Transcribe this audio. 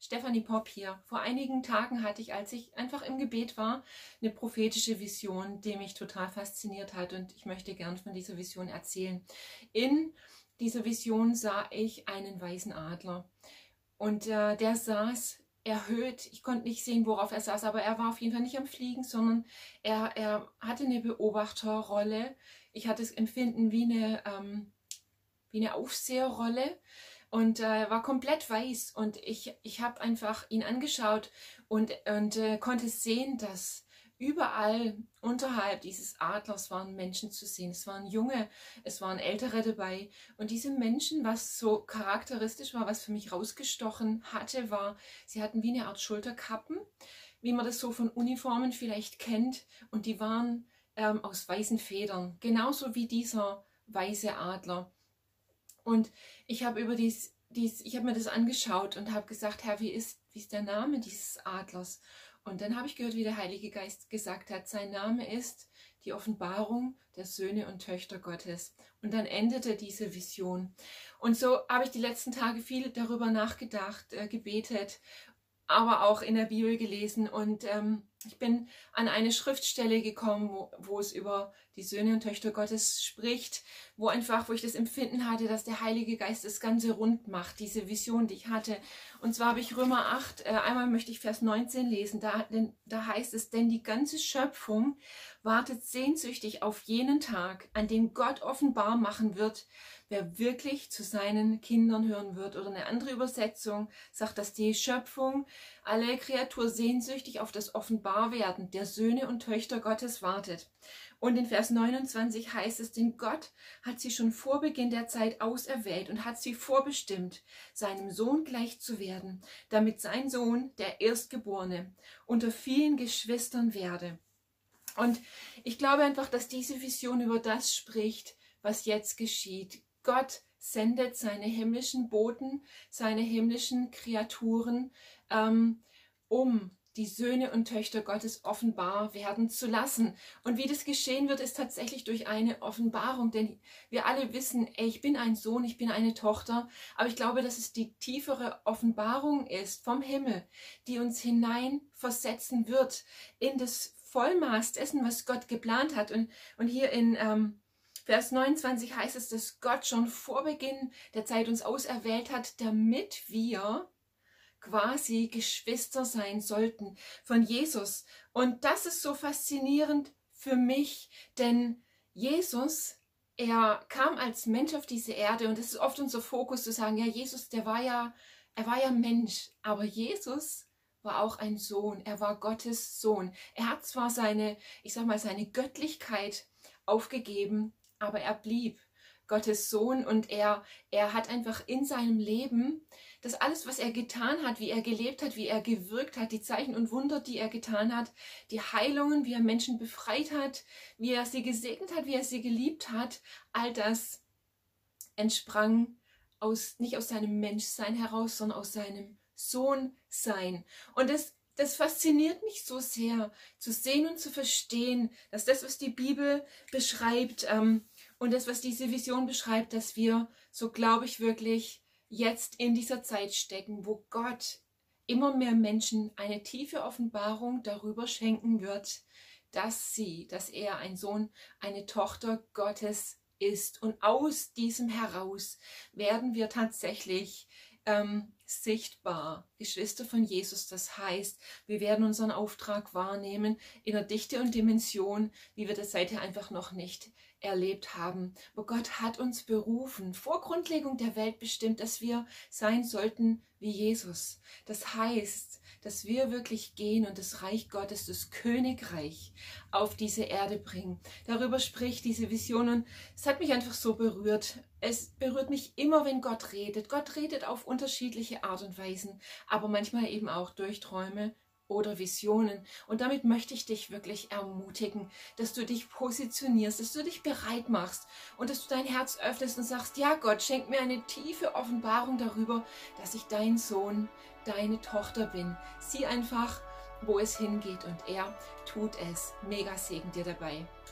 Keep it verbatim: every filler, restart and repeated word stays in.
Stefanie Popp hier. Vor einigen Tagen hatte ich, als ich einfach im Gebet war, eine prophetische Vision, die mich total fasziniert hat, und ich möchte gern von dieser Vision erzählen. In dieser Vision sah ich einen weißen Adler, und äh, der saß erhöht. Ich konnte nicht sehen, worauf er saß, aber er war auf jeden Fall nicht am Fliegen, sondern er, er hatte eine Beobachterrolle. Ich hatte das Empfinden wie eine, ähm, wie eine Aufseherrolle. Und äh, war komplett weiß, und ich, ich habe einfach ihn angeschaut und, und äh, konnte sehen, dass überall unterhalb dieses Adlers waren Menschen zu sehen. Es waren Junge, es waren Ältere dabei, und diese Menschen, was so charakteristisch war, was für mich rausgestochen hatte, war, sie hatten wie eine Art Schulterkappen, wie man das so von Uniformen vielleicht kennt, und die waren ähm, aus weißen Federn, genauso wie dieser weiße Adler. Und ich habe über dies, dies, ich habe mir das angeschaut und habe gesagt, Herr, wie ist, wie ist der Name dieses Adlers? Und dann habe ich gehört, wie der Heilige Geist gesagt hat, sein Name ist die Offenbarung der Söhne und Töchter Gottes. Und dann endete diese Vision. Und so habe ich die letzten Tage viel darüber nachgedacht, äh, gebetet, aber auch in der Bibel gelesen, und ähm, ich bin an eine Schriftstelle gekommen, wo, wo es über die Söhne und Töchter Gottes spricht, wo einfach, wo ich das Empfinden hatte, dass der Heilige Geist das Ganze rund macht, diese Vision, die ich hatte. Und zwar habe ich Römer acht, äh, einmal möchte ich Vers neunzehn lesen, da, denn, da heißt es, denn die ganze Schöpfung wartet sehnsüchtig auf jenen Tag, an dem Gott offenbar machen wird, wer wirklich zu seinen Kindern hören wird. Oder eine andere Übersetzung sagt, dass die Schöpfung, alle Kreatur sehnsüchtig auf das Offenbarwerden der Söhne und Töchter Gottes wartet. Und in Vers neunundzwanzig heißt es, denn Gott hat sie schon vor Beginn der Zeit auserwählt und hat sie vorbestimmt, seinem Sohn gleich zu werden, damit sein Sohn, der Erstgeborene, unter vielen Geschwistern werde. Und ich glaube einfach, dass diese Vision über das spricht, was jetzt geschieht. Gott sendet seine himmlischen Boten, seine himmlischen Kreaturen, ähm, um die Söhne und Töchter Gottes offenbar werden zu lassen. Und wie das geschehen wird, ist tatsächlich durch eine Offenbarung. Denn wir alle wissen, ey, ich bin ein Sohn, ich bin eine Tochter. Aber ich glaube, dass es die tiefere Offenbarung ist vom Himmel, die uns hineinversetzen wird in das Vollmaß dessen, was Gott geplant hat. Und, und hier in ähm, Vers neunundzwanzig heißt es, dass Gott schon vor Beginn der Zeit uns auserwählt hat, damit wir quasi Geschwister sein sollten von Jesus. Und das ist so faszinierend für mich, denn Jesus, er kam als Mensch auf diese Erde, und es ist oft unser Fokus zu sagen, ja, Jesus, der war ja, er war ja Mensch, aber Jesus war auch ein Sohn, er war Gottes Sohn. Er hat zwar seine, ich sag mal, seine Göttlichkeit aufgegeben, aber er blieb Gottes Sohn, und er, er hat einfach in seinem Leben das alles, was er getan hat, wie er gelebt hat, wie er gewirkt hat, die Zeichen und Wunder, die er getan hat, die Heilungen, wie er Menschen befreit hat, wie er sie gesegnet hat, wie er sie geliebt hat, all das entsprang aus, nicht aus seinem Menschsein heraus, sondern aus seinem Sohnsein. Und das Das fasziniert mich so sehr, zu sehen und zu verstehen, dass das, was die Bibel beschreibt, ähm, und das, was diese Vision beschreibt, dass wir, so glaube ich wirklich, jetzt in dieser Zeit stecken, wo Gott immer mehr Menschen eine tiefe Offenbarung darüber schenken wird, dass sie, dass er ein Sohn, eine Tochter Gottes ist. Und aus diesem heraus werden wir tatsächlich ähm, sichtbar Geschwister von Jesus. Das heißt, wir werden unseren Auftrag wahrnehmen in der Dichte und Dimension, wie wir das seither einfach noch nicht erlebt haben. Wo Gott hat uns berufen, vor Grundlegung der Welt bestimmt, dass wir sein sollten wie Jesus. Das heißt, dass wir wirklich gehen und das Reich Gottes, das Königreich, auf diese Erde bringen. Darüber spricht diese Vision, und es hat mich einfach so berührt. Es berührt mich immer, wenn Gott redet. Gott redet auf unterschiedliche Art und Weisen, aber manchmal eben auch durch Träume oder Visionen. Und damit möchte ich dich wirklich ermutigen, dass du dich positionierst, dass du dich bereit machst und dass du dein Herz öffnest und sagst, ja Gott, schenk mir eine tiefe Offenbarung darüber, dass ich dein Sohn, deine Tochter bin. Sieh einfach, wo es hingeht, und er tut es. Mega Segen dir dabei.